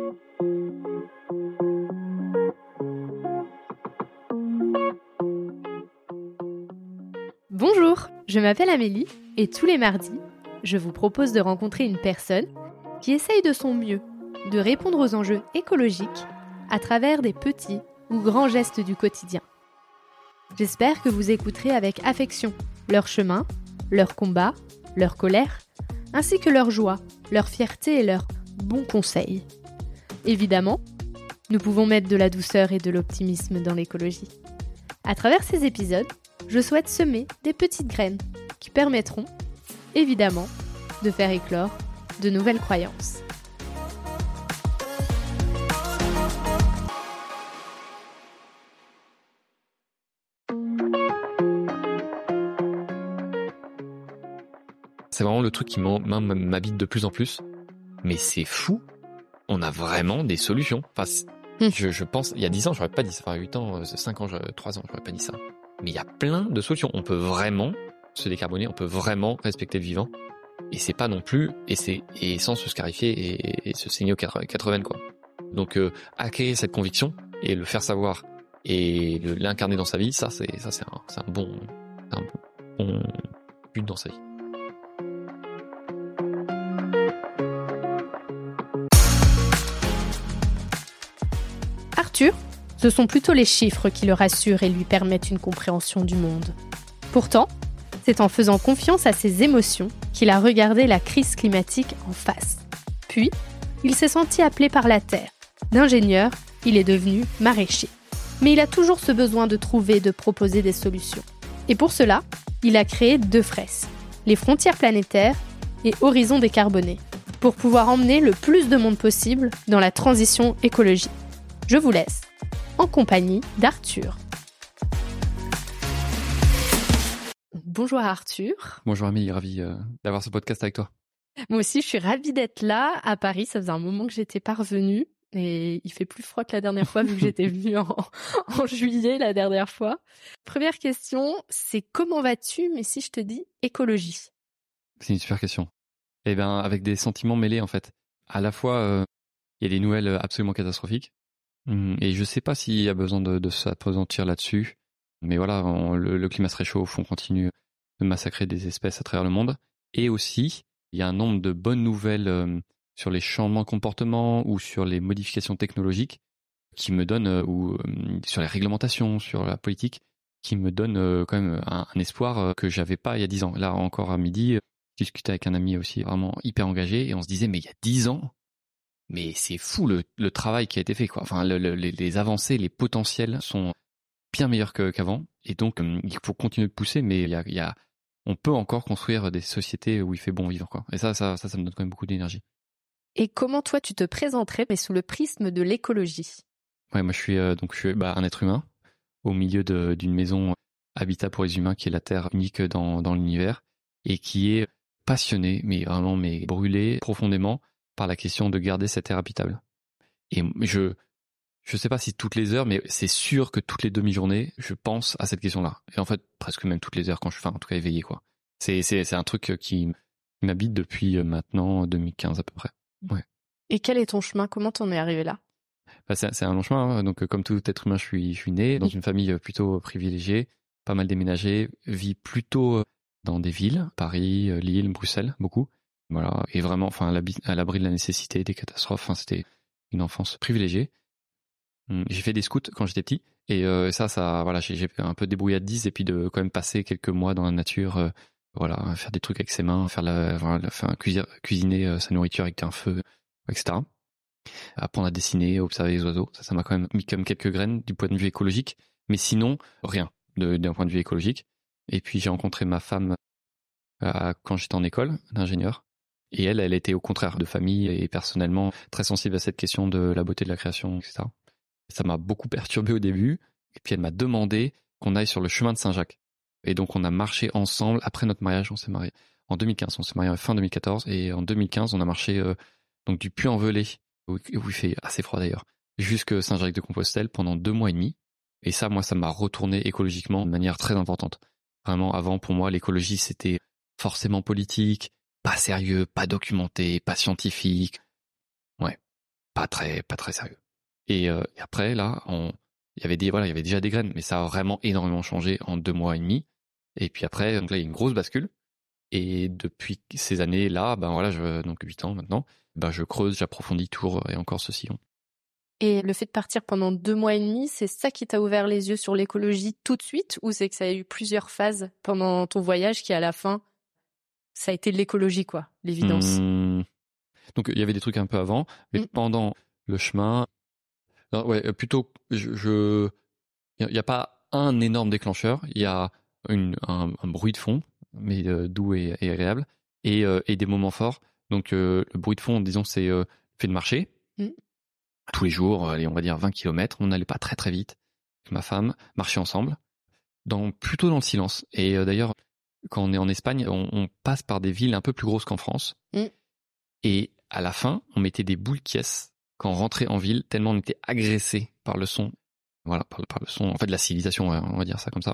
Bonjour, je m'appelle Amélie et tous les mardis, je vous propose de rencontrer une personne qui essaye de son mieux de répondre aux enjeux écologiques à travers des petits ou grands gestes du quotidien. J'espère que vous écouterez avec affection leur chemin, leur combat, leur colère, ainsi que leur joie, leur fierté et leurs bons conseils. Évidemment, nous pouvons mettre de la douceur et de l'optimisme dans l'écologie. À travers ces épisodes, je souhaite semer des petites graines qui permettront, évidemment, de faire éclore de nouvelles croyances. C'est vraiment le truc qui m'habite de plus en plus. Mais c'est fou, on a vraiment des solutions. Enfin, je pense, il y a 10 ans, j'aurais pas dit ça. Enfin, 8 ans, 5 ans, 3 ans, j'aurais pas dit ça. Mais il y a plein de solutions. On peut vraiment se décarboner, on peut vraiment respecter le vivant. Et c'est pas non plus, et sans se scarifier et se saigner aux 80 quoi. Donc, acquérir cette conviction et le faire savoir et l'incarner dans sa vie, c'est un bon but dans sa vie. Arthur, ce sont plutôt les chiffres qui le rassurent et lui permettent une compréhension du monde. Pourtant, c'est en faisant confiance à ses émotions qu'il a regardé la crise climatique en face. Puis, il s'est senti appelé par la terre. D'ingénieur, il est devenu maraîcher. Mais il a toujours ce besoin de trouver et de proposer des solutions. Et pour cela, il a créé 2 fresques, les frontières planétaires et Horizon décarboné, pour pouvoir emmener le plus de monde possible dans la transition écologique. Je vous laisse en compagnie d'Arthur. Bonjour Arthur. Bonjour Amélie, ravi d'avoir ce podcast avec toi. Moi aussi, je suis ravie d'être là à Paris. Ça faisait un moment que j'étais pas revenue et il fait plus froid que la dernière fois vu que j'étais venue en juillet la dernière fois. Première question, c'est comment vas-tu, mais si je te dis écologie? C'est une super question. Eh bien, avec des sentiments mêlés en fait. À la fois, il y a des nouvelles absolument catastrophiques. Et je sais pas s'il y a besoin de s'appesantir là-dessus. Mais voilà, le climat se réchauffe, on continue de massacrer des espèces à travers le monde. Et aussi, il y a un nombre de bonnes nouvelles sur les changements de comportement ou sur les modifications technologiques qui me donnent, ou sur les réglementations, sur la politique, qui me donnent quand même un espoir que j'avais pas il y a 10 ans. Là encore à midi, je discutais avec un ami aussi vraiment hyper engagé et on se disait mais il y a 10 ans, mais c'est fou le travail qui a été fait quoi. Enfin les avancées, les potentiels sont bien meilleurs qu'avant et donc il faut continuer de pousser, mais on peut encore construire des sociétés où il fait bon vivre quoi. Et ça me donne quand même beaucoup d'énergie. Et comment toi tu te présenterais mais sous le prisme de l'écologie? Ouais, moi je suis un être humain au milieu d'une maison habitat pour les humains qui est la Terre unique dans l'univers et qui est passionné, mais vraiment brûlé profondément par la question de garder cette terre habitable. Et je sais pas si toutes les heures, mais c'est sûr que toutes les demi-journées, je pense à cette question-là. Et en fait, presque même toutes les heures quand je suis en tout cas éveillé, quoi. C'est un truc qui m'habite depuis maintenant 2015 à peu près. Ouais. Et quel est ton chemin? Comment t'en es arrivé là? C'est un long chemin, hein. Donc comme tout être humain, je suis né dans une famille plutôt privilégiée, pas mal déménagé, vis plutôt dans des villes, Paris, Lille, Bruxelles, beaucoup. Voilà, et vraiment, enfin, à l'abri de la nécessité, des catastrophes. Enfin, c'était une enfance privilégiée. J'ai fait des scouts quand j'étais petit, et voilà, j'ai un peu de débrouillardise et puis de quand même passer quelques mois dans la nature, voilà, faire des trucs avec ses mains, cuisiner sa nourriture avec un feu, etc. Apprendre à dessiner, observer les oiseaux, ça m'a quand même mis comme quelques graines du point de vue écologique, mais sinon rien d'un point de vue écologique. Et puis j'ai rencontré ma femme quand j'étais en école d'ingénieur. Et elle était au contraire de famille et personnellement très sensible à cette question de la beauté de la création, etc. Ça m'a beaucoup perturbé au début. Et puis elle m'a demandé qu'on aille sur le chemin de Saint-Jacques. Et donc on a marché ensemble. Après notre mariage, on s'est marié en 2015. On s'est marié fin 2014. Et en 2015, on a marché donc du Puy-en-Velay, où il fait assez froid d'ailleurs, jusqu'à Saint-Jacques-de-Compostelle pendant 2 mois et demi. Et ça, moi, ça m'a retourné écologiquement de manière très importante. Vraiment, avant, pour moi, l'écologie, c'était forcément politique, pas sérieux, pas documenté, pas scientifique. Ouais, pas très sérieux. Et après là, il y avait déjà des graines, mais ça a vraiment énormément changé en 2 mois et demi. Et puis après, donc là il y a une grosse bascule. Et depuis ces années-là, donc 8 ans maintenant, je creuse, j'approfondis toujours et encore ce sillon. Et le fait de partir pendant 2 mois et demi, c'est ça qui t'a ouvert les yeux sur l'écologie tout de suite, ou c'est que ça a eu plusieurs phases pendant ton voyage qui, à la fin, ça a été l'écologie, quoi, l'évidence? Donc il y avait des trucs un peu avant, mais pendant le chemin, non, ouais, plutôt, il y a pas un énorme déclencheur, il y a un bruit de fond, mais doux et agréable, et des moments forts. Donc le bruit de fond, disons, c'est le fait de marcher. Tous les jours, allez, on va dire 20 km, on n'allait pas très très vite, avec ma femme, marcher ensemble, plutôt dans le silence. Et d'ailleurs, quand on est en Espagne, on passe par des villes un peu plus grosses qu'en France. Et à la fin, on mettait des boules caisses quand on rentrait en ville, tellement on était agressé par le son. Voilà, par le son, en fait, de la civilisation, on va dire ça comme ça.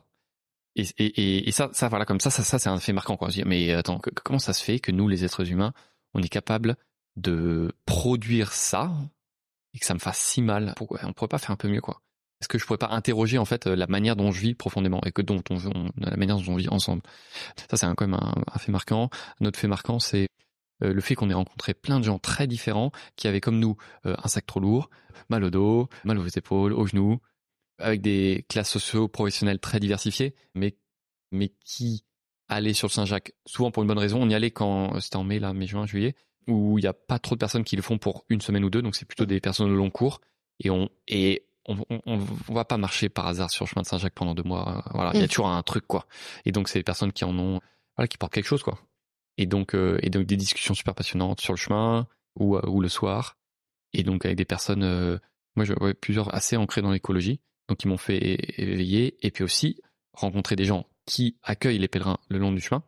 Et ça, voilà, comme ça, c'est un fait marquant, quoi. Mais attends, comment ça se fait que nous, les êtres humains, on est capable de produire ça et que ça me fasse si mal? Pourquoi on pourrait pas faire un peu mieux, quoi? Est-ce que je pourrais pas interroger, en fait, la manière dont je vis profondément et la manière dont on vit ensemble? Ça, c'est quand même un fait marquant. Un autre fait marquant, c'est le fait qu'on ait rencontré plein de gens très différents qui avaient comme nous un sac trop lourd, mal au dos, mal aux épaules, aux genoux, avec des classes socio-professionnelles très diversifiées, mais qui allaient sur le Saint-Jacques souvent pour une bonne raison. On y allait quand c'était en mai, juin, juillet, où il n'y a pas trop de personnes qui le font pour une semaine ou deux, donc c'est plutôt des personnes au long cours, et on va pas marcher par hasard sur le chemin de Saint-Jacques pendant 2 mois. Voilà, il y a toujours un truc, quoi. Et donc c'est des personnes qui en ont, voilà, qui portent quelque chose, quoi. Et donc des discussions super passionnantes sur le chemin ou le soir, et donc avec des personnes, plusieurs assez ancrées dans l'écologie, donc qui m'ont fait éveiller, et puis aussi rencontrer des gens qui accueillent les pèlerins le long du chemin,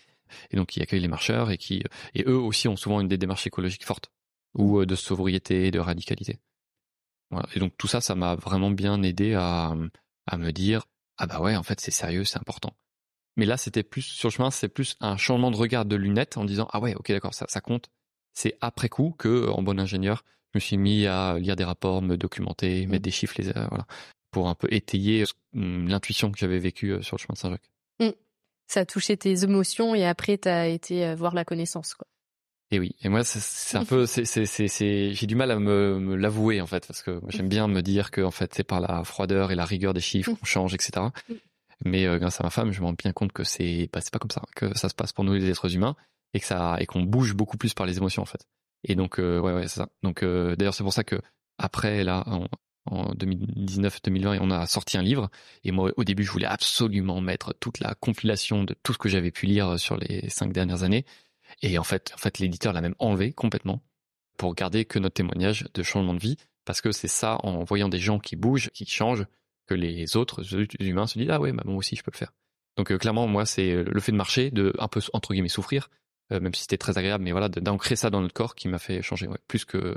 et donc qui accueillent les marcheurs et eux aussi ont souvent une des démarches écologiques fortes ou de sobriété, de radicalité. Voilà. Et donc tout ça, ça m'a vraiment bien aidé à me dire ah bah ouais, en fait c'est sérieux, c'est important. Mais là, c'était plus sur le chemin, c'est plus un changement de regard de lunettes en disant ah ouais, ok, d'accord, ça compte. C'est après coup que, en bon ingénieur, je me suis mis à lire des rapports, me documenter, mettre des chiffres, voilà, pour un peu étayer l'intuition que j'avais vécue sur le chemin de Saint-Jacques. Ça a touché tes émotions et après t'as été voir la connaissance, quoi. Et oui, et moi c'est un peu, j'ai du mal à me l'avouer, en fait, parce que moi, j'aime bien me dire que en fait c'est par la froideur et la rigueur des chiffres qu'on change, etc. Mais grâce à ma femme, je me rends bien compte que c'est pas comme ça que ça se passe pour nous les êtres humains, et qu'on bouge beaucoup plus par les émotions, en fait. Et donc ouais, c'est ça. Donc d'ailleurs c'est pour ça que après là en 2019-2020, on a sorti un livre, et moi au début je voulais absolument mettre toute la compilation de tout ce que j'avais pu lire sur les 5 dernières années, et en fait l'éditeur l'a même enlevé complètement pour garder que notre témoignage de changement de vie, parce que c'est ça, en voyant des gens qui bougent, qui changent, que les autres humains se disent ah ouais, bah, moi aussi je peux le faire. Donc clairement moi c'est le fait de marcher, de un peu entre guillemets souffrir, même si c'était très agréable, mais voilà, d'ancrer ça dans notre corps qui m'a fait changer, ouais, plus que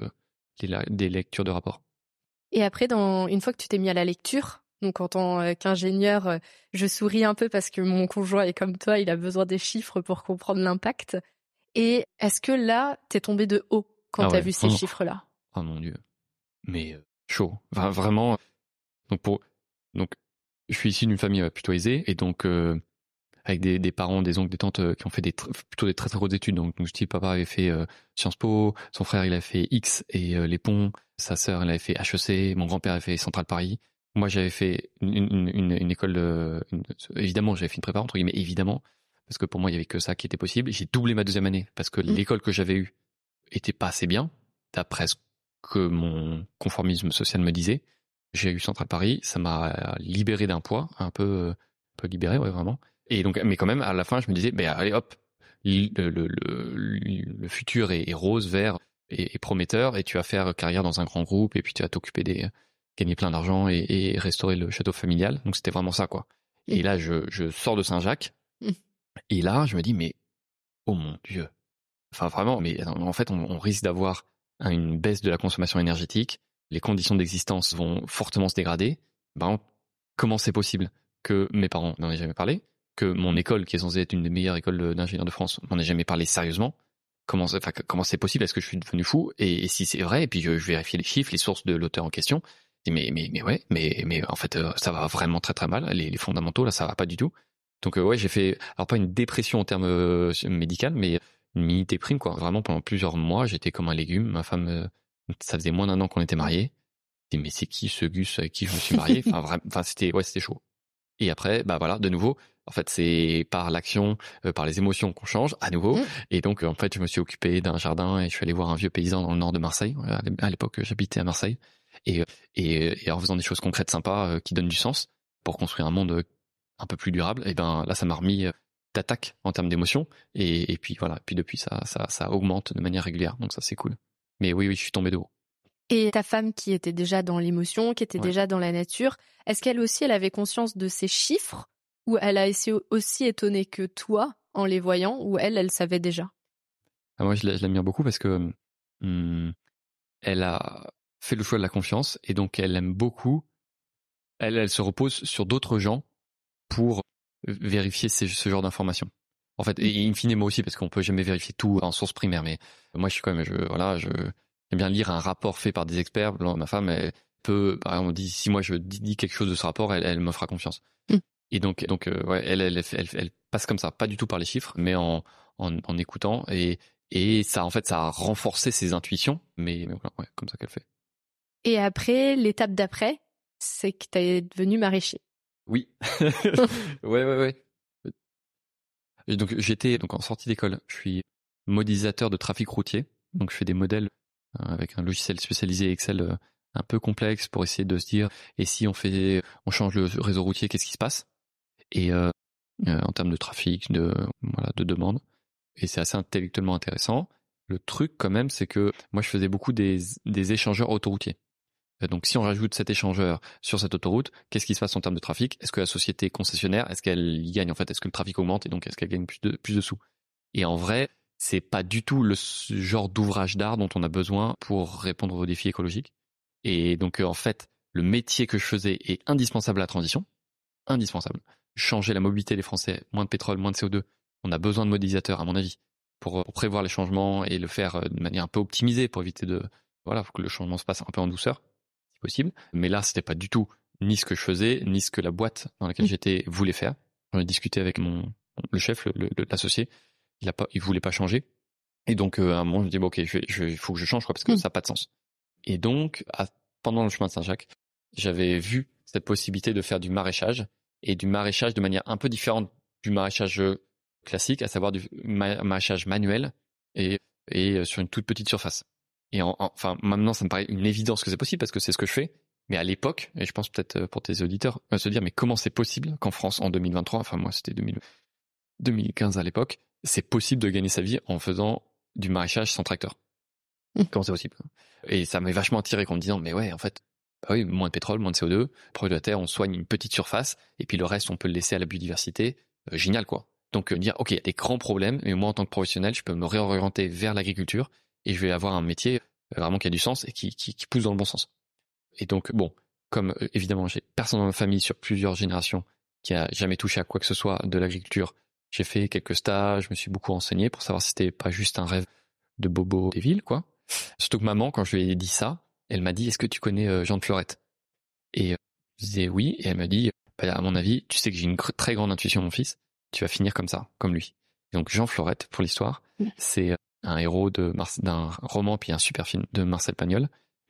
des lectures de rapports. Et après, une fois que tu t'es mis à la lecture, donc en tant qu'ingénieur, je souris un peu parce que mon conjoint est comme toi, il a besoin des chiffres pour comprendre l'impact. Et est-ce que là, t'es tombé de haut quand t'as vu ces chiffres-là? Oh mon Dieu, mais chaud, enfin, vraiment. Donc je suis issu d'une famille plutôt aisée, et donc avec des parents, des oncles, des tantes qui ont fait plutôt des très très grosses études. Donc je dis, papa avait fait Sciences Po, son frère il a fait X et les ponts, sa sœur elle avait fait HEC, mon grand-père avait fait Centrale Paris. Moi j'avais fait une école, évidemment j'avais fait une prépa entre guillemets, évidemment, parce que pour moi il y avait que ça qui était possible. J'ai doublé ma 2e année parce que l'école que j'avais eue était pas assez bien, d'après ce que mon conformisme social me disait. J'ai eu Centrale Paris, ça m'a libéré d'un poids, un peu libéré, ouais, vraiment. Et donc, mais quand même, à la fin, je me disais, ben allez hop, le futur est rose, vert et prometteur, et tu vas faire carrière dans un grand groupe, et puis tu vas t'occuper gagner plein d'argent et restaurer le château familial. Donc c'était vraiment ça, quoi. Et là, je sors de Saint-Jacques, et là, je me dis, mais oh mon Dieu, enfin vraiment, mais en fait, on risque d'avoir une baisse de la consommation énergétique, les conditions d'existence vont fortement se dégrader. Ben, comment c'est possible que mes parents n'en aient jamais parlé, que mon école, qui est censée être une des meilleures écoles d'ingénieurs de France, n'en ait jamais parlé sérieusement, comment c'est possible? Est-ce que je suis devenu fou? Et si c'est vrai, et puis je vérifie les chiffres, les sources de l'auteur en question. Mais en fait, ça va vraiment très très mal. Les fondamentaux, là, ça va pas du tout. Donc ouais, j'ai fait, alors pas une dépression en termes médical, mais une mini déprime, quoi. Vraiment, pendant plusieurs mois, j'étais comme un légume. Ma femme, ça faisait moins d'1 an qu'on était mariés. Je dis, mais c'est qui ce Gus avec qui je me suis marié? C'était chaud. Et après, bah voilà, de nouveau, en fait, c'est par l'action, par les émotions qu'on change, à nouveau. Et donc, en fait, je me suis occupé d'un jardin et je suis allé voir un vieux paysan dans le nord de Marseille. À l'époque, j'habitais à Marseille. Et en faisant des choses concrètes sympas qui donnent du sens pour construire un monde un peu plus durable, et ben là, ça m'a remis d'attaque en termes d'émotions. Et puis voilà, puis depuis, ça augmente de manière régulière. Donc ça, c'est cool. Mais oui, je suis tombé de haut. Et ta femme qui était déjà dans l'émotion, qui était déjà dans la nature, est-ce qu'elle aussi, elle avait conscience de ces chiffres ou elle a été aussi étonnée que toi en les voyant ou elle savait déjà? Moi, je l'admire beaucoup parce que elle a fait le choix de la confiance et donc elle aime beaucoup. Elle se repose sur d'autres gens pour vérifier ce genre d'informations. En fait, et in fine, moi aussi, parce qu'on peut jamais vérifier tout en source primaire, mais moi, je suis quand même, j'aime bien lire un rapport fait par des experts. Ma femme, elle peut, par exemple, on dit, si moi je dis quelque chose de ce rapport, elle me fera confiance. Et donc, elle passe comme ça, pas du tout par les chiffres, mais en écoutant et ça, en fait, ça a renforcé ses intuitions, mais voilà, comme ça qu'elle fait. Et après, l'étape d'après, c'est que t'es devenu maraîcher. Oui. Ouais. Et donc, j'étais en sortie d'école. Je suis modélisateur de trafic routier. Donc, je fais des modèles avec un logiciel spécialisé Excel un peu complexe pour essayer de se dire, et si on change le réseau routier, qu'est-ce qui se passe? Et en termes de trafic, de demande. Et c'est assez intellectuellement intéressant. Le truc, quand même, c'est que moi, je faisais beaucoup des échangeurs autoroutiers. Donc, si on rajoute cet échangeur sur cette autoroute, qu'est-ce qui se passe en termes de trafic? Est-ce que la société concessionnaire, est-ce qu'elle y gagne en fait? Est-ce que le trafic augmente et donc est-ce qu'elle gagne plus de sous? Et en vrai, c'est pas du tout le genre d'ouvrage d'art dont on a besoin pour répondre aux défis écologiques. Et donc, en fait, le métier que je faisais est indispensable à la transition. Indispensable. Changer la mobilité des Français, moins de pétrole, moins de CO2. On a besoin de modélisateurs, à mon avis, pour prévoir les changements et le faire de manière un peu optimisée pour éviter faut que le changement se passe un peu en douceur, si possible. Mais là, c'était pas du tout ni ce que je faisais, ni ce que la boîte dans laquelle j'étais voulait faire. J'en ai discuté avec le chef, l'associé. Il voulait pas changer. Et donc, à un moment, je me dis, bon, ok, il faut que je change, quoi, parce que ça n'a pas de sens. Et donc, pendant le chemin de Saint-Jacques, j'avais vu cette possibilité de faire du maraîchage, et du maraîchage de manière un peu différente du maraîchage classique, à savoir du maraîchage manuel et sur une toute petite surface. Et enfin, maintenant, ça me paraît une évidence que c'est possible parce que c'est ce que je fais. Mais à l'époque, et je pense peut-être pour tes auditeurs, se dire, mais comment c'est possible qu'en France, en 2023, enfin moi c'était 2015 à l'époque, c'est possible de gagner sa vie en faisant du maraîchage sans tracteur? Comment c'est possible? Et ça m'est vachement attiré en me disant, mais ouais, en fait, bah oui, moins de pétrole, moins de CO2, produit de la terre, on soigne une petite surface, et puis le reste, on peut le laisser à la biodiversité. Génial, quoi. Donc, dire, ok, il y a des grands problèmes, mais moi, en tant que professionnel, je peux me réorienter vers l'agriculture, et je vais avoir un métier vraiment qui a du sens et qui pousse dans le bon sens. Et donc, bon, comme évidemment, j'ai personne dans ma famille sur plusieurs générations qui a jamais touché à quoi que ce soit de l'agriculture, j'ai fait quelques stages, je me suis beaucoup renseigné pour savoir si c'était pas juste un rêve de bobo des villes, quoi. Surtout que maman, quand je lui ai dit ça, elle m'a dit, est-ce que tu connais Jean de Florette? Et je disais oui, et elle m'a dit, bah, à mon avis, tu sais que j'ai une très grande intuition, mon fils, tu vas finir comme ça, comme lui. Et donc Jean Florette, pour l'histoire, c'est un héros d'un roman puis un super film de Marcel Pagnol.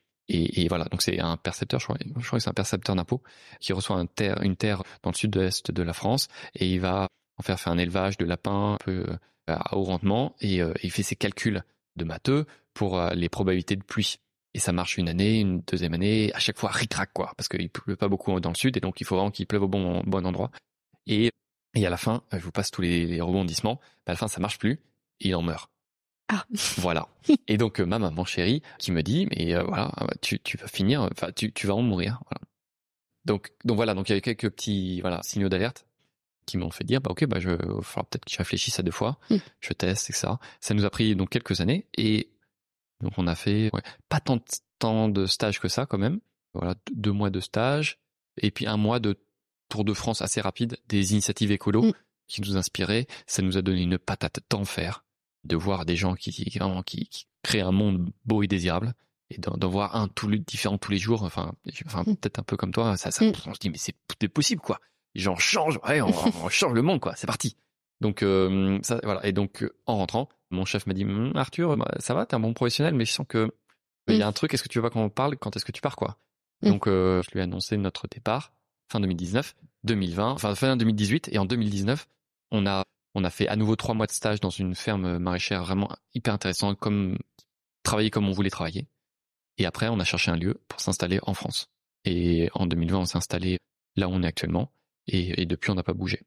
Et voilà, donc c'est un percepteur, je crois que c'est un percepteur d'impôts qui reçoit une terre dans le sud-est de la France, et il va en faire un élevage de lapins un peu à haut rendement, et il fait ses calculs de matheux pour les probabilités de pluie. Et ça marche une année, une deuxième année, à chaque fois ric-rac, quoi, parce qu'il pleut pas beaucoup dans le sud, et donc il faut vraiment qu'il pleuve au bon endroit. Et à la fin, je vous passe tous les rebondissements, à la fin ça marche plus, et il en meurt. Ah. Voilà. Et donc ma maman chérie qui me dit, mais voilà, tu vas finir, enfin tu vas en mourir. Voilà. Donc voilà, donc il y avait quelques petits signaux d'alerte qui m'ont fait dire, bah ok, bah il va falloir peut-être que je réfléchisse à 2 fois, je teste, etc. Ça nous a pris donc quelques années, et donc on a fait pas tant de stages que ça quand même. Voilà, 2 mois de stage, et puis 1 mois de tour de France assez rapide, des initiatives écolo qui nous inspiraient. Ça nous a donné une patate d'enfer. de voir des gens qui créent un monde beau et désirable, et d'en voir différent tous les jours. Enfin peut-être un peu comme toi, ça on se dit mais tout est possible quoi. Les gens changent, ouais, on change le monde quoi, c'est parti. Donc ça voilà. Et donc en rentrant, mon chef m'a dit Arthur, ça va, t'es un bon professionnel, mais je sens que il y a un truc. Est-ce que tu veux pas qu'on en parle? Quand est-ce que tu pars quoi? Donc je lui ai annoncé notre départ fin 2019, 2020, enfin fin 2018, et en 2019 on a fait à nouveau 3 mois de stage dans une ferme maraîchère vraiment hyper intéressante, travailler comme on voulait travailler. Et après, on a cherché un lieu pour s'installer en France. Et en 2020, on s'est installé là où on est actuellement. Et depuis, on n'a pas bougé.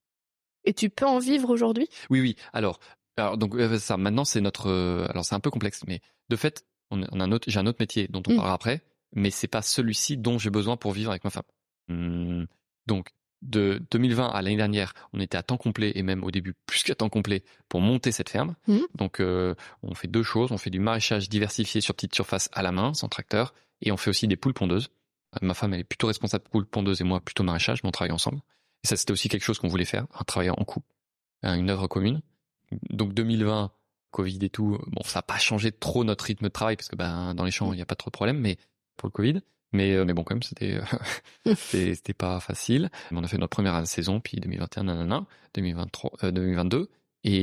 Et tu peux en vivre aujourd'hui? Oui. Alors donc ça, maintenant, c'est alors c'est un peu complexe, mais de fait, j'ai un autre métier dont on parlera après, mais c'est pas celui-ci dont j'ai besoin pour vivre avec ma femme. Donc, de 2020 à l'année dernière, on était à temps complet, et même au début plus qu'à temps complet, pour monter cette ferme. Donc on fait 2 choses, on fait du maraîchage diversifié sur petite surface à la main, sans tracteur, et on fait aussi des poules pondeuses. Ma femme, elle est plutôt responsable poules pondeuses et moi plutôt maraîchage, mais on travaille ensemble. Et ça, c'était aussi quelque chose qu'on voulait faire, un travail en couple, une œuvre commune. Donc 2020, Covid et tout, bon, ça n'a pas changé trop notre rythme de travail, parce que dans les champs, il n'y a pas trop de problème, mais pour le Covid. Mais bon, quand même, c'était pas facile. On a fait notre première saison, puis 2021, 2023, 2022.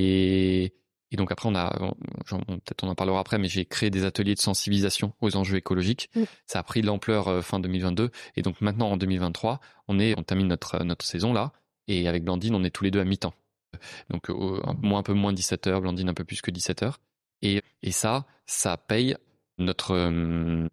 Et donc après, peut-être on en parlera après, mais j'ai créé des ateliers de sensibilisation aux enjeux écologiques. Ça a pris de l'ampleur fin 2022. Et donc maintenant, en 2023, on termine notre saison là. Et avec Blandine, on est tous les deux à mi-temps. Donc moi un peu moins 17 heures, Blandine un peu plus que 17 heures. Et ça paye notre...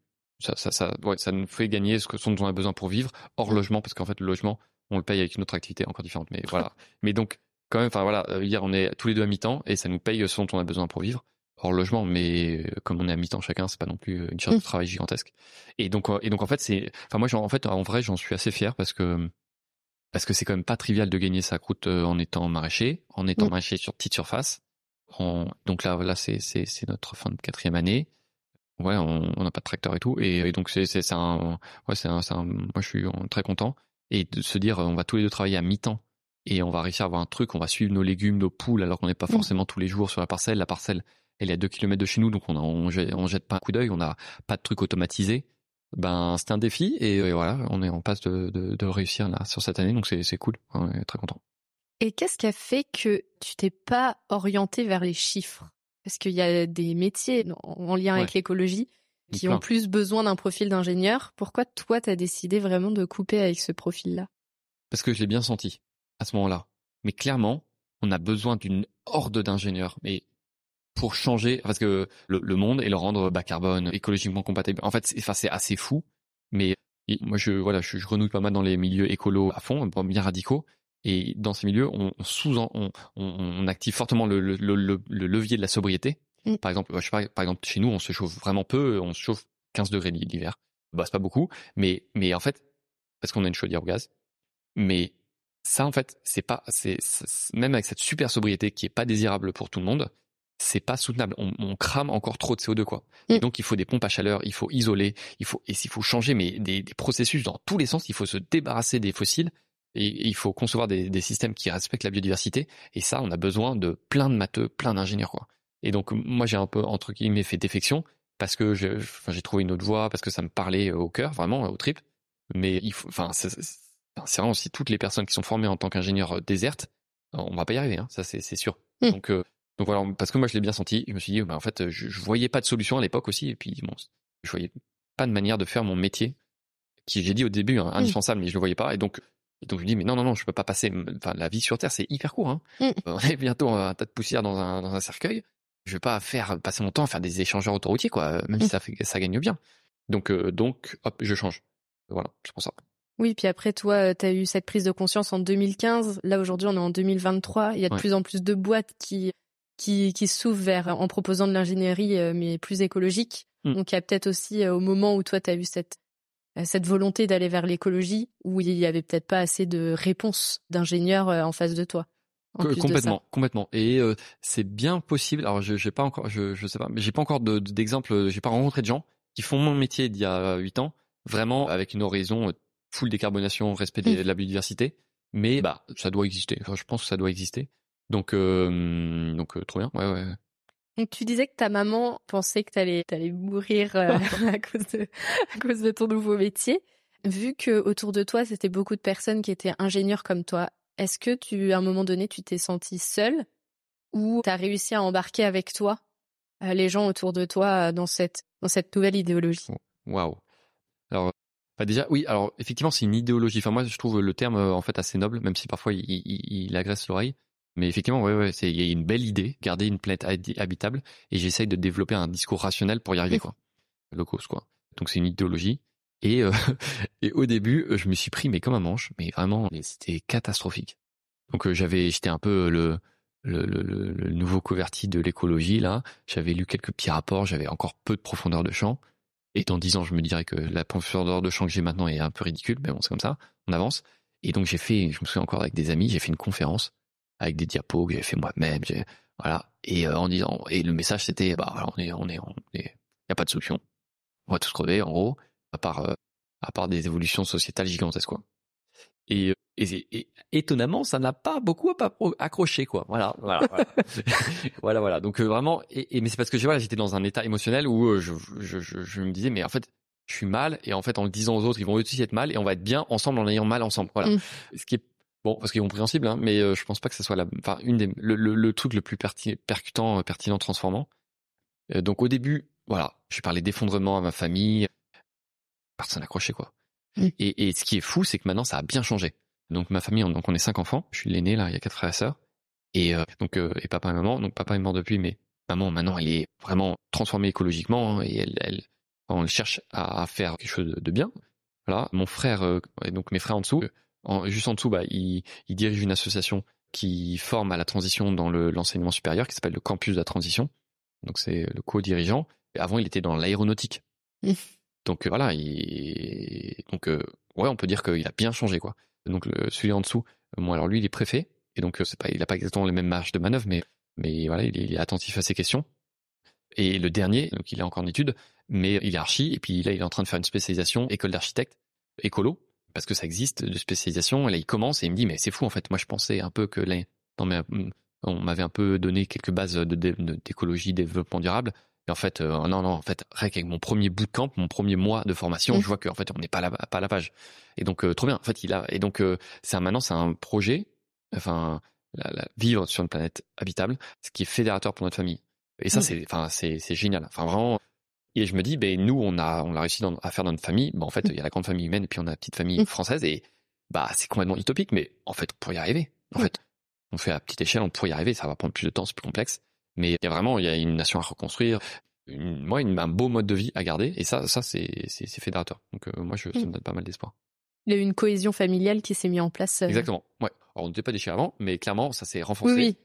ça nous fait gagner ce dont on a besoin pour vivre, hors logement, parce qu'en fait le logement, on le paye avec une autre activité encore différente. Mais voilà. Mais donc quand même, hier on est tous les deux à mi-temps et ça nous paye ce dont on a besoin pour vivre, hors logement. Mais comme on est à mi-temps chacun, c'est pas non plus une charge de travail gigantesque. Et donc en fait moi en vrai j'en suis assez fier, parce que c'est quand même pas trivial de gagner sa croûte en étant maraîcher, maraîcher sur petite surface. Donc là c'est notre fin de 4e année. Ouais, on n'a pas de tracteur et tout, et donc moi je suis très content, et de se dire on va tous les deux travailler à mi-temps et on va réussir à avoir un truc, on va suivre nos légumes, nos poules, alors qu'on n'est pas forcément tous les jours sur la parcelle. La parcelle, elle est à 2 km de chez nous, donc on jette pas un coup d'œil, on n'a pas de truc automatisé. C'était un défi, et voilà, on est en passe de réussir là sur cette année, donc c'est cool, on est très content. Et qu'est-ce qui a fait que tu t'es pas orienté vers les chiffres? Parce qu'il y a des métiers en lien avec l'écologie qui ont plus besoin d'un profil d'ingénieur. Pourquoi toi, tu as décidé vraiment de couper avec ce profil-là? Parce que je l'ai bien senti à ce moment-là. Mais clairement, on a besoin d'une horde d'ingénieurs. Mais pour changer, parce que le monde, et le rendre bas carbone, écologiquement compatible, en fait, c'est assez fou. Mais moi, je renouille pas mal dans les milieux écolos à fond, bien radicaux. Et dans ces milieux, on active fortement le levier de la sobriété. Par exemple, chez nous, on se chauffe vraiment peu, on se chauffe 15 degrés l'hiver. C'est pas beaucoup, mais en fait, parce qu'on a une chaudière au gaz. Mais ça, en fait, même avec cette super sobriété qui est pas désirable pour tout le monde, c'est pas soutenable. On crame encore trop de CO2, quoi. Et donc, il faut des pompes à chaleur, il faut isoler, il faut changer, mais des processus dans tous les sens. Il faut se débarrasser des fossiles. Et il faut concevoir des systèmes qui respectent la biodiversité. Et ça, on a besoin de plein de matheux, plein d'ingénieurs, quoi. Et donc, moi, j'ai un peu, entre guillemets, fait défection, parce que j'ai trouvé une autre voie, parce que ça me parlait au cœur, vraiment, au trip. Mais c'est vraiment, si toutes les personnes qui sont formées en tant qu'ingénieurs désertent, on va pas y arriver, hein, ça, c'est sûr. Donc voilà, parce que moi, je l'ai bien senti. Je me suis dit, en fait, je voyais pas de solution à l'époque aussi. Et puis, bon, je voyais pas de manière de faire mon métier, qui, j'ai dit au début, indispensable, mais je le voyais pas. Et donc je me dis, mais non, je peux pas passer, la vie sur Terre, c'est hyper court, hein. On est bientôt un tas de poussière dans un cercueil. Je vais pas passer mon temps à faire des échangeurs autoroutiers, quoi, même si ça gagne bien. Donc, hop, je change. Voilà, c'est pour ça. Oui, puis après, toi, t'as eu cette prise de conscience en 2015. Là, aujourd'hui, on est en 2023. Il y a de plus en plus de boîtes qui s'ouvrent en proposant de l'ingénierie, mais plus écologique. Donc, il y a peut-être aussi, au moment où toi, t'as eu cette volonté d'aller vers l'écologie, où il y avait peut-être pas assez de réponses d'ingénieurs en face de toi. Complètement. Et c'est bien possible. Alors j'ai pas encore, je sais pas, mais j'ai pas encore d'exemple. J'ai pas rencontré de gens qui font mon métier d'il y a 8 ans, vraiment avec une horizon full décarbonation, respect de la biodiversité. Mais ça doit exister. Enfin, je pense que ça doit exister. Donc trop bien. Ouais. Donc tu disais que ta maman pensait que t'allais mourir à cause de ton nouveau métier. Vu que autour de toi, c'était beaucoup de personnes qui étaient ingénieurs comme toi, est-ce que à un moment donné, tu t'es sentie seule ou t'as réussi à embarquer avec toi les gens autour de toi dans cette nouvelle idéologie? Waouh. Alors, déjà, oui. Alors, effectivement, c'est une idéologie. Enfin, moi, je trouve le terme en fait assez noble, même si parfois il agresse l'oreille. Mais effectivement, ouais, il y a une belle idée, garder une planète habitable, et j'essaye de développer un discours rationnel pour y arriver, quoi. Locos, quoi. Donc, c'est une idéologie. Et, et au début, je me suis pris, mais comme un manche, mais vraiment, c'était catastrophique. Donc, j'étais un peu le nouveau converti de l'écologie, là. J'avais lu quelques petits rapports, j'avais encore peu de profondeur de champ. Et dans 10 ans, je me dirais que la profondeur de champ que j'ai maintenant est un peu ridicule, mais bon, c'est comme ça, on avance. Et donc je me souviens encore avec des amis, j'ai fait une conférence avec des diapos que j'avais fait moi-même, voilà. Et en disant, et le message c'était, bah voilà, y a pas de solution, on va tous crever en gros, à part des évolutions sociétales gigantesques, quoi. Et étonnamment, ça n'a pas beaucoup accroché, quoi. Voilà. Voilà. Donc vraiment, mais c'est parce que j'étais dans un état émotionnel où je me disais, mais en fait, je suis mal, et en fait, en le disant aux autres, ils vont aussi être mal, et on va être bien ensemble en ayant mal ensemble. Voilà. Ce qui est bon, parce qu'ils sont compréhensible, hein, mais je pense pas que ce soit le truc le plus pertinent, transformant. Donc au début, voilà, je parlais d'effondrement à ma famille, personne n'accrochait, quoi. Et ce qui est fou, c'est que maintenant, ça a bien changé. Donc ma famille, donc on est 5 enfants. Je suis l'aîné, là, il y a 4 frères et sœurs. Et et papa et maman. Donc papa est mort depuis, mais maman, maintenant, elle est vraiment transformée écologiquement, hein, et elle cherche à faire quelque chose de bien. Voilà. Mon frère, et donc mes frères en dessous, juste en dessous, bah, il dirige une association qui forme à la transition dans l'enseignement supérieur, qui s'appelle le Campus de la Transition. Donc c'est le co-dirigeant. Et avant, il était dans l'aéronautique. Donc voilà, ouais, on peut dire qu'il a bien changé, quoi. Donc celui en dessous, moi, alors lui, il est préfet, et donc il a pas exactement les mêmes marges de manœuvre, mais voilà, il est attentif à ces questions. Et le dernier, donc il est encore en études, mais il est archi, et puis là, il est en train de faire une spécialisation école d'architecte écolo, parce que ça existe de spécialisation. Et là, il commence et il me dit, mais c'est fou, en fait. Moi, je pensais un peu que là, on m'avait un peu donné quelques bases d'écologie, développement durable. Et en fait, non, en fait, avec mon premier bootcamp, mon premier mois de formation, je vois qu'en fait, on n'est pas à la page. Et donc, trop bien. En fait, maintenant, c'est un projet, enfin, vivre sur une planète habitable, ce qui est fédérateur pour notre famille. Et ça, c'est génial. Enfin, vraiment. Et je me dis, ben, nous, on a réussi à faire dans notre famille. Ben, en fait, il y a la grande famille humaine, et puis on a la petite famille française, et, bah, c'est complètement utopique, mais en fait, pour y arriver, en fait, on fait à petite échelle, on pourrait y arriver, ça va prendre plus de temps, c'est plus complexe. Mais il y a une nation à reconstruire, un beau mode de vie à garder, et ça c'est fédérateur. Donc moi, ça me donne pas mal d'espoir. Il y a eu une cohésion familiale qui s'est mise en place. Exactement. Ouais. Alors on n'était pas déchirés avant, mais clairement ça s'est renforcé. Oui.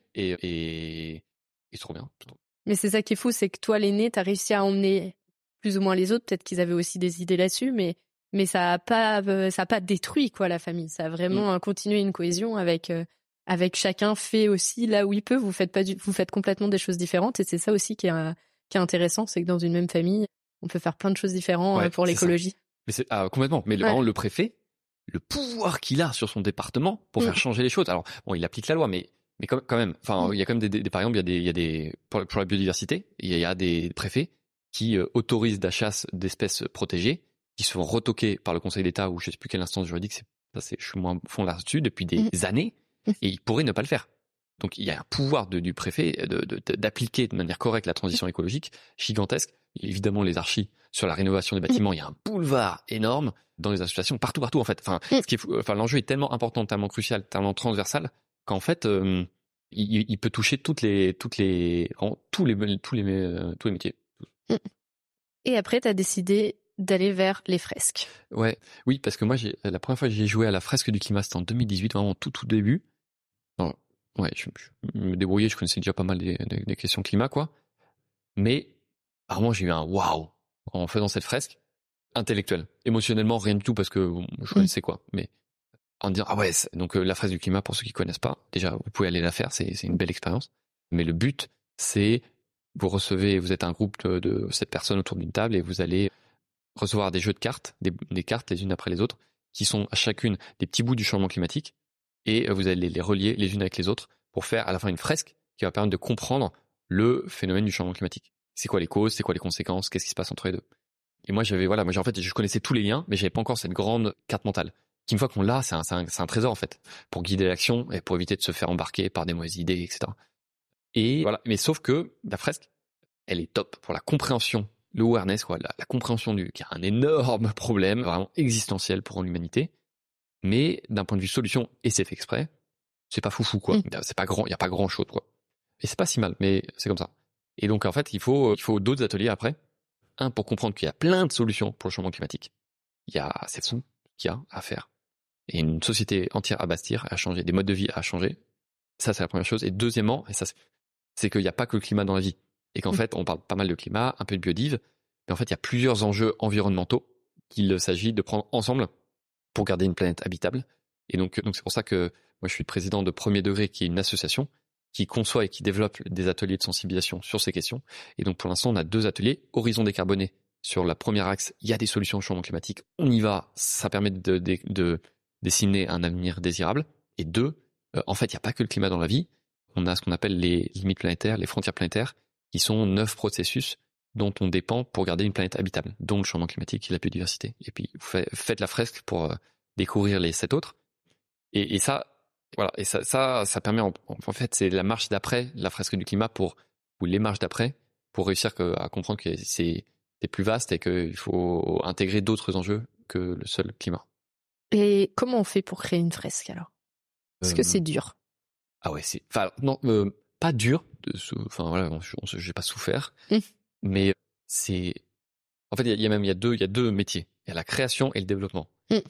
Et c'est trop bien. Mais c'est ça qui est fou, c'est que toi, l'aîné, t'as réussi à emmener plus ou moins les autres. Peut-être qu'ils avaient aussi des idées là-dessus, mais ça a pas détruit, quoi, la famille. Ça a vraiment continué une cohésion avec chacun fait aussi là où il peut. Vous faites complètement des choses différentes, et c'est ça aussi qui est intéressant, c'est que dans une même famille, on peut faire plein de choses différentes pour l'écologie. Mais c'est complètement. Mais par exemple, le préfet, le pouvoir qu'il a sur son département pour faire changer les choses. Alors bon, il applique la loi, mais quand même. Enfin, il y a quand même par exemple, il y a des pour la biodiversité, il y a des préfets qui autorisent la chasse d'espèces protégées, qui sont retoquées par le Conseil d'État, ou je sais plus quelle instance juridique. Je suis moins fond là-dessus depuis des années. Et il pourrait ne pas le faire. Donc il y a un pouvoir du préfet d'appliquer de manière correcte la transition écologique gigantesque. Évidemment, les archis sur la rénovation des bâtiments, il y a un boulevard énorme dans les associations, partout en fait. Enfin, l'enjeu est tellement important, tellement crucial, tellement transversal qu'en fait, il peut toucher tous les métiers. Et après, t'as décidé d'aller vers les fresques. Ouais, oui, parce que moi, la première fois que j'ai joué à la fresque du climat, c'était en 2018, vraiment tout début. Alors, ouais, je me débrouillais, je connaissais déjà pas mal des questions climat, quoi. Mais, vraiment, j'ai eu un waouh en faisant cette fresque intellectuelle. Émotionnellement, rien du tout, parce que je connaissais quoi. Mais, en disant, ah ouais, donc la fresque du climat, pour ceux qui connaissent pas, déjà, vous pouvez aller la faire, c'est une belle expérience. Mais le but, c'est, vous êtes un groupe de 7 personnes autour d'une table, et vous allez recevoir des jeux de cartes, des cartes les unes après les autres, qui sont à chacune des petits bouts du changement climatique, et vous allez les relier les unes avec les autres pour faire à la fin une fresque qui va permettre de comprendre le phénomène du changement climatique. C'est quoi les causes, c'est quoi les conséquences, qu'est-ce qui se passe entre les deux. Et moi, en fait, je connaissais tous les liens, mais j'avais pas encore cette grande carte mentale. Qu'une fois qu'on l'a, c'est un trésor, en fait, pour guider l'action et pour éviter de se faire embarquer par des mauvaises idées, etc. Et voilà. Mais sauf que la fresque, elle est top pour la compréhension, le awareness, quoi, la compréhension qui a un énorme problème, vraiment existentiel pour l'humanité. Mais d'un point de vue solution, et c'est fait exprès, c'est pas foufou, quoi. C'est pas grand, il y a pas grand chose, quoi. Et c'est pas si mal, mais c'est comme ça. Et donc, en fait, il faut d'autres ateliers après. Un, pour comprendre qu'il y a plein de solutions pour le changement climatique. C'est fou qu'il y a à faire. Et une société entière à bâtir, à changer, des modes de vie à changer. Ça, c'est la première chose. Et deuxièmement, c'est qu'il n'y a pas que le climat dans la vie. Et qu'en fait, on parle pas mal de climat, un peu de biodive, mais en fait, il y a plusieurs enjeux environnementaux qu'il s'agit de prendre ensemble pour garder une planète habitable. Et donc c'est pour ça que moi, je suis le président de Premier Degré, qui est une association qui conçoit et qui développe des ateliers de sensibilisation sur ces questions. Et donc, pour l'instant, on a 2 ateliers. Horizon décarboné, sur la première axe, il y a des solutions au changement climatique. On y va, ça permet de dessiner un avenir désirable. Et 2, en fait, il n'y a pas que le climat dans la vie. On a ce qu'on appelle les limites planétaires, les frontières planétaires, qui sont 9 processus dont on dépend pour garder une planète habitable, dont le changement climatique et la biodiversité. Et puis, faites la fresque pour découvrir les 7 autres. Et ça, voilà. Et ça permet, en fait, c'est la marche d'après, la fresque du climat ou les marches d'après, pour réussir à comprendre que c'est plus vaste et qu'il faut intégrer d'autres enjeux que le seul climat. Et comment on fait pour créer une fresque, alors? Est-ce que c'est dur? Ah ouais, non, pas dur. Voilà, j'ai pas souffert. Mais en fait, il y a deux métiers. Il y a la création et le développement.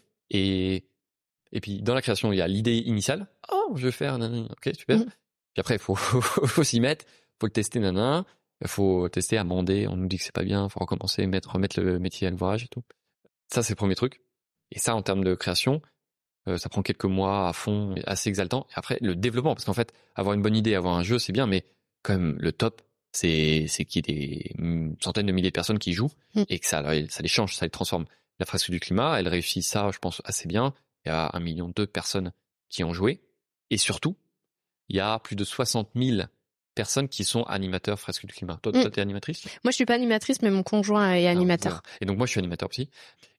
Et puis, dans la création, il y a l'idée initiale. Oh, je vais faire, ok, super. Puis après, il faut s'y mettre, faut le tester, il faut tester, amender, on nous dit que c'est pas bien, il faut recommencer, remettre le métier à l'ouvrage et tout. Ça, c'est le premier truc. Et ça, en termes de création, ça prend quelques mois à fond, assez exaltant. Et après, le développement, parce qu'en fait, avoir une bonne idée, avoir un jeu, c'est bien, mais quand même, le top, c'est qu'il y ait des centaines de milliers de personnes qui jouent et que ça les change, ça les transforme. La fresque du climat, elle réussit ça, je pense, assez bien. Il y a 1,2 million de personnes qui ont joué. Et surtout, il y a plus de 60 000 personnes qui sont animateurs fresque du climat. Toi, t'es animatrice? Moi, je suis pas animatrice, mais mon conjoint est animateur. Et donc, moi, je suis animateur aussi.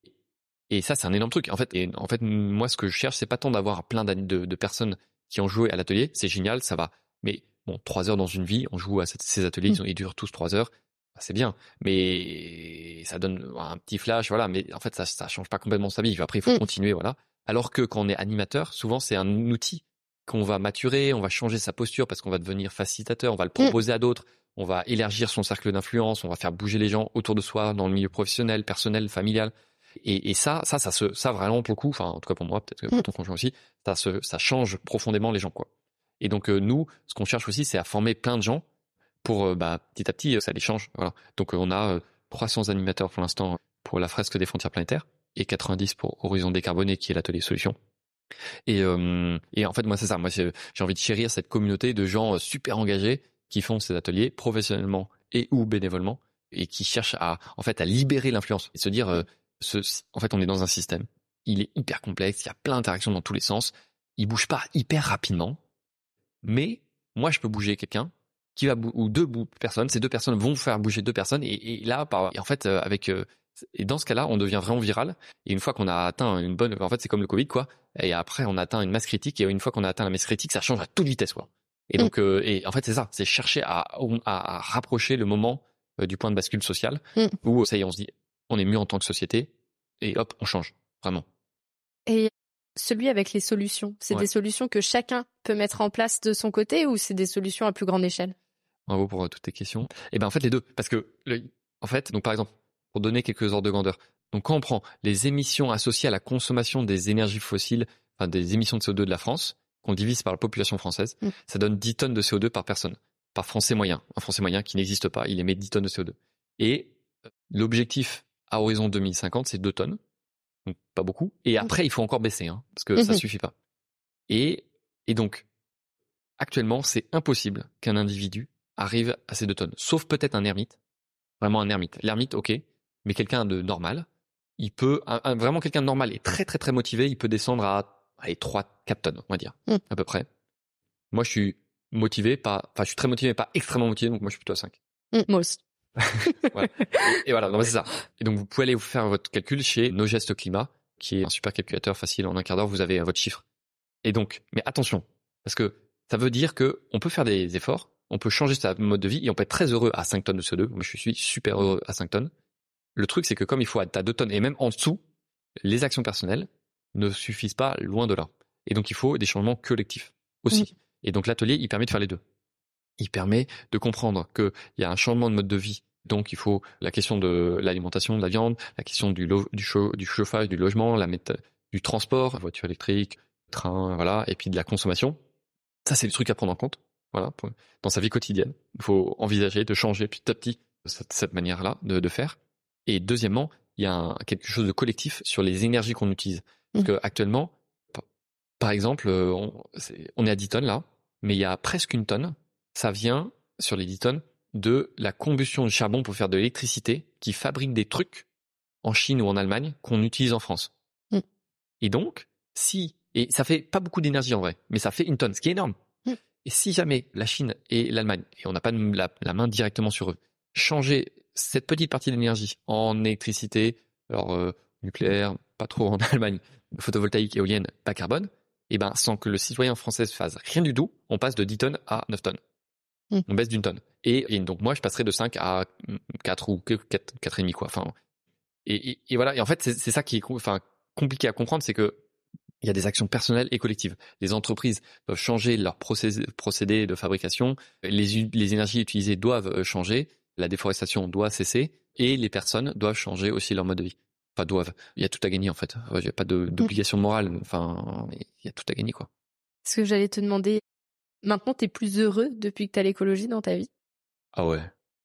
Et ça, c'est un énorme truc. En fait, moi, ce que je cherche, c'est pas tant d'avoir plein de personnes qui ont joué à l'atelier. C'est génial, ça va. Mais bon, 3 heures dans une vie, on joue à ces ateliers, ils durent tous 3 heures. C'est bien, mais ça donne un petit flash, voilà. Mais en fait, ça change pas complètement sa vie. Après, il faut continuer, voilà. Alors que quand on est animateur, souvent, c'est un outil qu'on va maturer, on va changer sa posture parce qu'on va devenir facilitateur, on va le proposer à d'autres, on va élargir son cercle d'influence, on va faire bouger les gens autour de soi dans le milieu professionnel, personnel, familial. Et ça vraiment pour le coup, enfin en tout cas pour moi, peut-être que pour ton conjoint aussi, ça change profondément les gens, quoi. Et donc nous, ce qu'on cherche aussi, c'est à former plein de gens pour petit à petit ça les change. Voilà. Donc on a 300 animateurs pour l'instant pour la fresque des frontières planétaires et 90 pour Horizon décarboné qui est l'atelier solution. Et en fait moi c'est ça, moi j'ai envie de chérir cette communauté de gens super engagés qui font ces ateliers professionnellement et ou bénévolement et qui cherchent à libérer l'influence et se dire en fait on est dans un système, il est hyper complexe, il y a plein d'interactions dans tous les sens, il bouge pas hyper rapidement, mais moi je peux bouger quelqu'un qui va ou 2 personnes, ces 2 personnes vont faire bouger 2 personnes et là en fait et dans ce cas-là, on devient vraiment viral. Et une fois qu'on a atteint une bonne, en fait, c'est comme le Covid, quoi. Et après, on a atteint une masse critique. Et une fois qu'on a atteint la masse critique, ça change à toute vitesse, quoi. Et donc, et en fait, c'est ça, c'est chercher à rapprocher le moment du point de bascule social où ça y est, on se dit, on est mieux en tant que société. Et hop, on change, vraiment. Et celui avec les solutions, c'est des solutions que chacun peut mettre en place de son côté ou c'est des solutions à plus grande échelle? Bravo pour toutes tes questions. Et ben en fait les deux, parce que en fait, donc par exemple, pour donner quelques ordres de grandeur. Donc quand on prend les émissions associées à la consommation des énergies fossiles, enfin des émissions de CO2 de la France, qu'on divise par la population française, ça donne 10 tonnes de CO2 par personne, par Français moyen. Un Français moyen qui n'existe pas, il émet 10 tonnes de CO2. Et l'objectif à horizon 2050, c'est 2 tonnes. Donc pas beaucoup. Et après, il faut encore baisser, parce que ça suffit pas. Et donc, actuellement, c'est impossible qu'un individu arrive à ces 2 tonnes. Sauf peut-être un ermite. Vraiment un ermite. L'ermite, ok. Mais quelqu'un de normal, il peut, vraiment quelqu'un de normal et très très très motivé, il peut descendre à 3-4 tonnes, on va dire, à peu près. Moi, je suis je suis très motivé, pas extrêmement motivé, donc moi je suis plutôt à 5. Moi aussi. Voilà. Et voilà, non, c'est ça. Et donc vous pouvez aller vous faire votre calcul chez Nos Gestes Climat, qui est un super calculateur facile, en un quart d'heure vous avez votre chiffre. Et donc, mais attention, parce que ça veut dire que on peut faire des efforts, on peut changer sa mode de vie et on peut être très heureux à 5 tonnes de CO2. Moi je suis super heureux à 5 tonnes. Le truc c'est que comme il faut être à 2 tonnes et même en dessous, les actions personnelles ne suffisent pas, loin de là. Et donc il faut des changements collectifs aussi. Et donc l'atelier, il permet de faire les deux. Il permet de comprendre qu'il y a un changement de mode de vie. Donc il faut la question de l'alimentation, de la viande, la question du chauffage, du logement, du transport, voiture électrique, train, voilà, et puis de la consommation. Ça, c'est des trucs à prendre en compte, voilà, dans sa vie quotidienne. Il faut envisager de changer petit à petit cette manière-là de faire. Et deuxièmement, il y a quelque chose de collectif sur les énergies qu'on utilise. Parce que actuellement, par exemple, on est à 10 tonnes là, mais il y a presque 1 tonne. Ça vient, sur les 10 tonnes, de la combustion du charbon pour faire de l'électricité qui fabrique des trucs en Chine ou en Allemagne qu'on utilise en France. Et donc, et ça fait pas beaucoup d'énergie en vrai, mais ça fait 1 tonne, ce qui est énorme. Et si jamais la Chine et l'Allemagne, et on n'a pas la main directement sur eux, changer cette petite partie d'énergie en électricité, alors nucléaire, pas trop en Allemagne, photovoltaïque, éolienne, pas carbone, et ben sans que le citoyen français fasse rien du tout, on passe de 10 tonnes à 9 tonnes. On baisse d'1 tonne. Et donc moi je passerai de 5 à 4 ou 4,5 quoi. Enfin, et voilà. Et en fait c'est ça qui est compliqué à comprendre, c'est que il y a des actions personnelles et collectives. Les entreprises doivent changer leur procédés de fabrication, les énergies utilisées doivent changer, la déforestation doit cesser, et les personnes doivent changer aussi leur mode de vie. Enfin, doivent. Il y a tout à gagner en fait. Il n'y a pas d'obligation morale. Enfin, il y a tout à gagner quoi. Ce que j'allais te demander, maintenant t'es plus heureux depuis que t'as l'écologie dans ta vie? Ah ouais.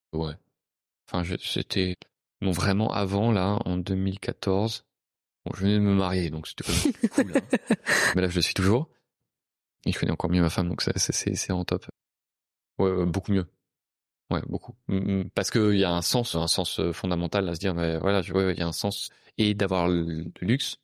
Enfin, c'était vraiment avant là, en 2014. Bon, je venais de me marier, donc c'était quand même cool. Hein. Mais là, je le suis toujours. Et je connais encore mieux ma femme, donc c'est en top. Ouais, beaucoup mieux. Ouais, beaucoup. Parce qu'il y a un sens fondamental à se dire, mais voilà, il y a un sens. Et d'avoir le luxe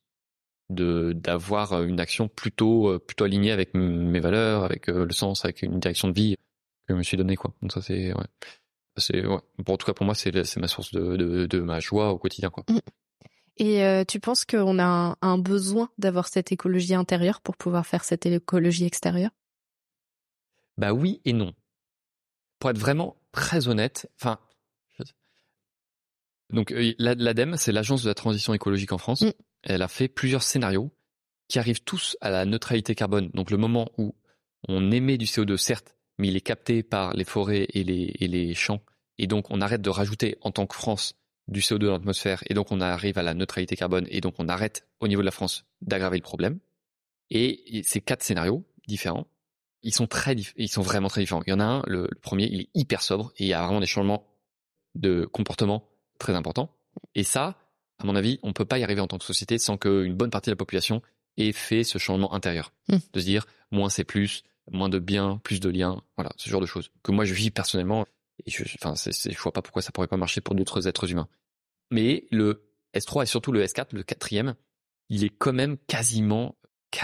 d'avoir une action plutôt alignée avec mes valeurs, avec le sens, avec une direction de vie que je me suis donné, quoi. Donc ça, c'est, ouais. En tout cas, pour moi, c'est ma source de ma joie au quotidien, quoi. Et tu penses qu'on a un besoin d'avoir cette écologie intérieure pour pouvoir faire cette écologie extérieure? Bah oui et non. Pour être vraiment très honnête, donc l'ADEME, c'est l'Agence de la transition écologique en France. Elle a fait plusieurs scénarios qui arrivent tous à la neutralité carbone. Donc le moment où on émet du CO2, certes, mais il est capté par les forêts et les champs, et donc on arrête de rajouter en tant que France du CO2 dans l'atmosphère, et donc on arrive à la neutralité carbone, et donc on arrête au niveau de la France d'aggraver le problème. Et ces 4 scénarios différents, ils sont vraiment très différents. Il y en a un, le premier, il est hyper sobre, et il y a vraiment des changements de comportement très importants. Et ça, à mon avis, on peut pas y arriver en tant que société sans qu'une bonne partie de la population ait fait ce changement intérieur. De se dire, moins c'est plus, moins de biens, plus de liens, voilà, ce genre de choses. Que moi je vis personnellement, et je vois pas pourquoi ça pourrait pas marcher pour d'autres êtres humains. Mais le S3 et surtout le S4, le 4e, il est quand même quasiment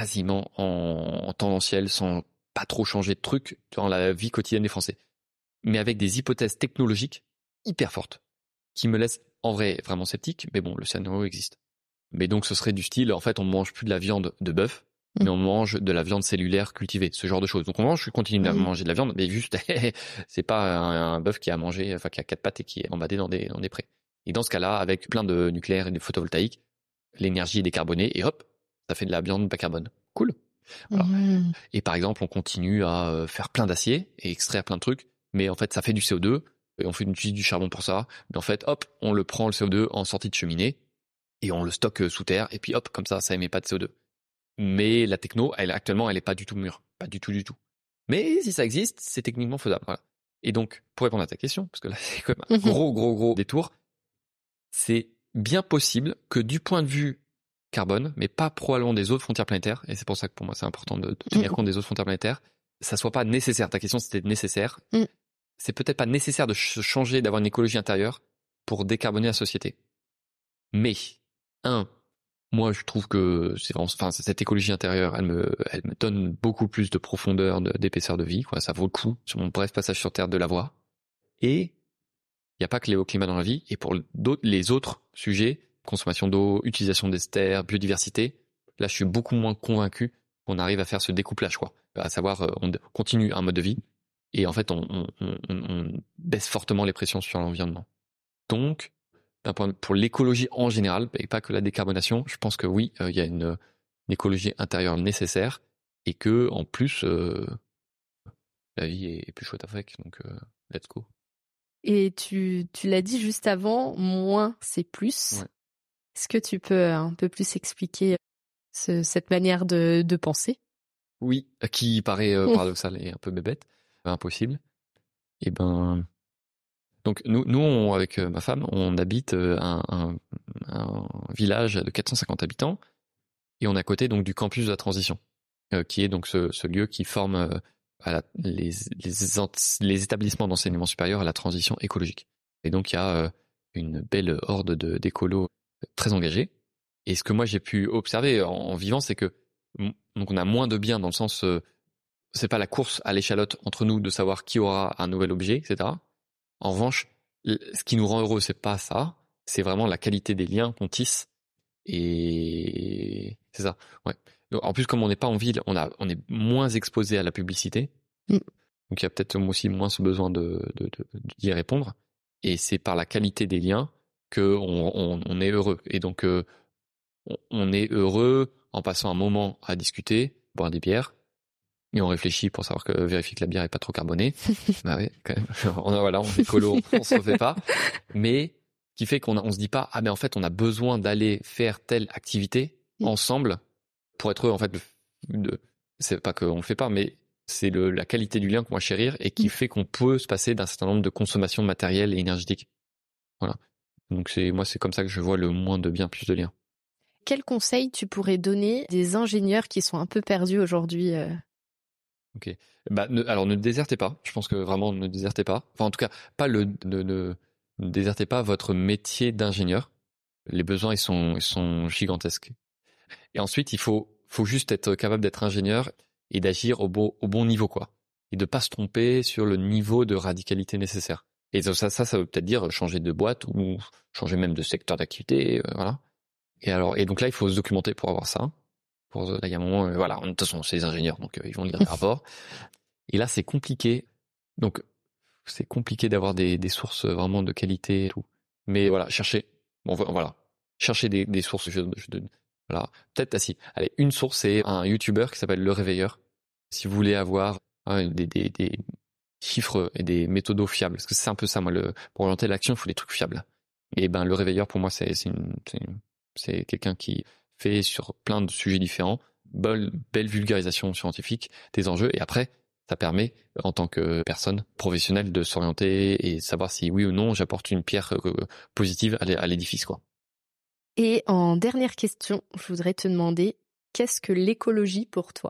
en tendanciel, sans pas trop changer de trucs dans la vie quotidienne des Français. Mais avec des hypothèses technologiques hyper fortes, qui me laissent en vrai vraiment sceptique, mais bon, le scénario existe. Mais donc ce serait du style, en fait, on mange plus de la viande de bœuf, mais on mange de la viande cellulaire cultivée, ce genre de choses. Donc je continue à manger de la viande, mais juste, c'est pas un bœuf qui a 4 pattes et qui est embadé dans des prés. Et dans ce cas-là, avec plein de nucléaire et de photovoltaïque, l'énergie est décarbonée et hop, ça fait de la viande bas carbone. Cool. Voilà. Et par exemple, on continue à faire plein d'acier et extraire plein de trucs, mais en fait, ça fait du CO2, et on fait du charbon pour ça, mais en fait, hop, on le prend le CO2 en sortie de cheminée, et on le stocke sous terre, et puis hop, comme ça émet pas de CO2. Mais la techno, actuellement, elle est pas du tout mûre. Pas du tout. Mais si ça existe, c'est techniquement faisable. Voilà. Et donc, pour répondre à ta question, parce que là, c'est quand même un gros détour, c'est bien possible que du point de vue carbone, mais pas probablement des autres frontières planétaires, et c'est pour ça que pour moi, c'est important de tenir compte des autres frontières planétaires, ça soit pas nécessaire. Ta question, c'était nécessaire. C'est peut-être pas nécessaire de changer, d'avoir une écologie intérieure pour décarboner la société. Mais, moi, je trouve que c'est vraiment, enfin, cette écologie intérieure, elle me donne beaucoup plus de profondeur, d'épaisseur de vie, quoi. Ça vaut le coup, sur mon bref passage sur Terre, de l'avoir. Et il n'y a pas que les hauts climats dans la vie. Et pour les autres sujets, consommation d'eau, utilisation des terres, biodiversité, là, je suis beaucoup moins convaincu qu'on arrive à faire ce découplage, quoi. À savoir, on continue un mode de vie et en fait, on baisse fortement les pressions sur l'environnement. Donc, pour l'écologie en général, et pas que la décarbonation, je pense que oui, il y a une écologie intérieure nécessaire et que en plus, la vie est plus chouette avec. Donc, let's go. Et tu l'as dit juste avant, moins c'est plus. Ouais. Est-ce que tu peux un peu plus expliquer cette manière de penser? Oui, qui paraît paradoxal et un peu bébête, impossible. Et ben, donc nous avec ma femme, on habite un village de 450 habitants et on est à côté donc du campus de la transition, qui est donc ce lieu qui forme les établissements d'enseignement supérieur à la transition écologique. Et donc il y a une belle horde d'écolos très engagés. Et ce que moi j'ai pu observer en vivant, c'est que donc on a moins de biens dans le sens, c'est pas la course à l'échalote entre nous de savoir qui aura un nouvel objet, etc. En revanche, ce qui nous rend heureux, c'est pas ça, c'est vraiment la qualité des liens qu'on tisse. Et c'est ça. Ouais. Donc, en plus, comme on n'est pas en ville, on est moins exposé à la publicité. Mm. Donc il y a peut-être aussi moins ce besoin d'y répondre. Et c'est par la qualité des liens que on est heureux. Et donc on est heureux en passant un moment à discuter, boire des bières. Et on réfléchit pour savoir vérifier que la bière est pas trop carbonée. Bah ouais, quand même. On est écolo, on se refait pas. Mais qui fait on se dit pas, ah mais en fait on a besoin d'aller faire telle activité ensemble pour être heureux. En fait, c'est pas qu'on le fait pas, mais c'est la qualité du lien qu'on va chérir et qui fait qu'on peut se passer d'un certain nombre de consommations matérielles et énergétiques. Voilà. Donc c'est comme ça que je vois le moins de bien, plus de liens. Quel conseil tu pourrais donner des ingénieurs qui sont un peu perdus aujourd'hui? Ok. Bah, alors ne désertez pas. Je pense que vraiment ne désertez pas. Enfin, en tout cas, pas ne désertez pas votre métier d'ingénieur. Les besoins ils sont gigantesques. Et ensuite, il faut juste être capable d'être ingénieur et d'agir au bon niveau, quoi. Et de pas se tromper sur le niveau de radicalité nécessaire. Et ça veut peut-être dire changer de boîte ou changer même de secteur d'activité, voilà. Et donc là, il faut se documenter pour avoir ça. Là, il y a un moment, voilà, de toute façon, c'est les ingénieurs, donc ils vont lire les rapports. Et là, c'est compliqué. Donc, c'est compliqué d'avoir des sources vraiment de qualité et tout. Mais voilà, cherchez. Bon, voilà. Cherchez des sources. Voilà. Peut-être, allez, une source, c'est un YouTuber qui s'appelle Le Réveilleur. Si vous voulez avoir des chiffres et des méthodos fiables, parce que c'est un peu ça, moi, pour orienter l'action, il faut des trucs fiables. Et ben, Le Réveilleur, pour moi, c'est quelqu'un qui fait sur plein de sujets différents, belle vulgarisation scientifique des enjeux, et après, ça permet, en tant que personne professionnelle, de s'orienter et savoir si oui ou non j'apporte une pierre positive à l'édifice, quoi. Et en dernière question, je voudrais te demander, qu'est-ce que l'écologie pour toi?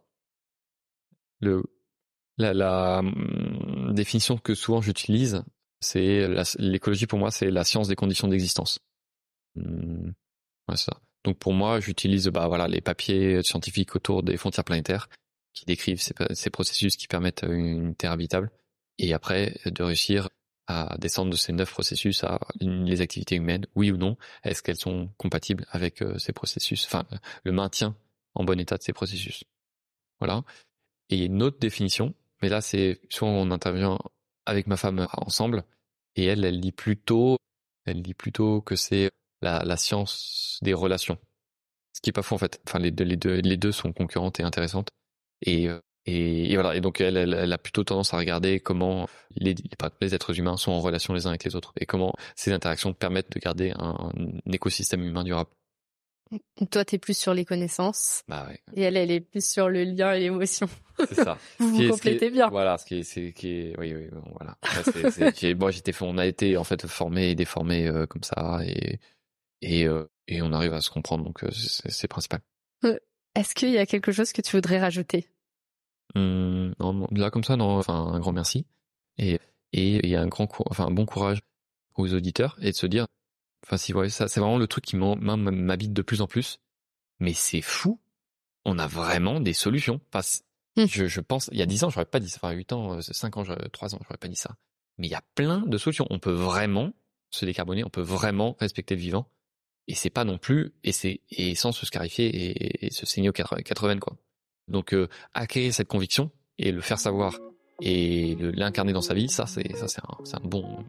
La définition que souvent j'utilise, c'est l'écologie pour moi, c'est la science des conditions d'existence. Ouais, ça. Donc pour moi, j'utilise les papiers scientifiques autour des frontières planétaires qui décrivent ces processus qui permettent une Terre habitable, et après de réussir à descendre de ces 9 processus à les activités humaines, oui ou non, est-ce qu'elles sont compatibles avec ces processus, enfin le maintien en bon état de ces processus. Voilà. Et une autre définition, mais là c'est soit on intervient avec ma femme ensemble, et elle dit plutôt que c'est la science des relations. Ce qui est pas faux en fait. Enfin les deux sont concurrentes et intéressantes. Et voilà. Et donc elle a plutôt tendance à regarder comment les êtres humains sont en relation les uns avec les autres et comment ces interactions permettent de garder un écosystème humain durable. Toi, t'es plus sur les connaissances. Bah ouais. Et elle est plus sur le lien et l'émotion. C'est ça. Vous complétez bien. Voilà, oui, bon, voilà. On a été en fait formés et déformés comme ça, et on arrive à se comprendre, donc c'est principal. Est-ce qu'il y a quelque chose que tu voudrais rajouter? Non, là comme ça, non. Enfin, un grand merci et un bon courage aux auditeurs, et de se dire, enfin si, ouais, ça c'est vraiment le truc qui m'habite de plus en plus, Mais c'est fou. On a vraiment des solutions. Enfin, je pense, il y a 10 ans, j'aurais pas dit ça. Enfin, 8 ans, 5 ans, 3 ans, j'aurais pas dit ça. Mais il y a plein de solutions. On peut vraiment se décarboner, on peut vraiment respecter le vivant. Et c'est pas non plus, et sans se scarifier et se saigner aux 80, quoi. Donc, acquérir cette conviction et le faire savoir et l'incarner dans sa vie, c'est un bon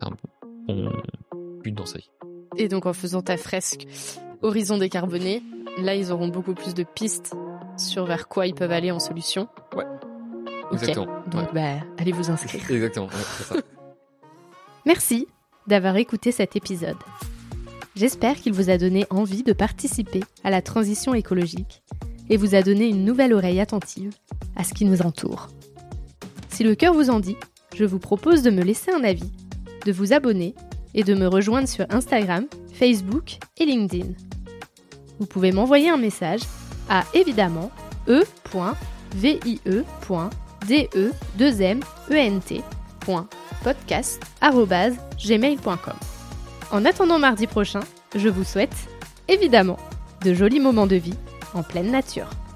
but dans sa vie. Et donc, en faisant ta fresque Horizon décarboné, là, ils auront beaucoup plus de pistes sur vers quoi ils peuvent aller en solution. Ouais. Okay. Exactement. Donc, allez vous inscrire. Exactement, ouais, c'est ça. Merci d'avoir écouté cet épisode. J'espère qu'il vous a donné envie de participer à la transition écologique et vous a donné une nouvelle oreille attentive à ce qui nous entoure. Si le cœur vous en dit, je vous propose de me laisser un avis, de vous abonner et de me rejoindre sur Instagram, Facebook et LinkedIn. Vous pouvez m'envoyer un message à évidemment e.vie.de2ment.podcast@gmail.com. En attendant mardi prochain, je vous souhaite, évidemment, de jolis moments de vie en pleine nature.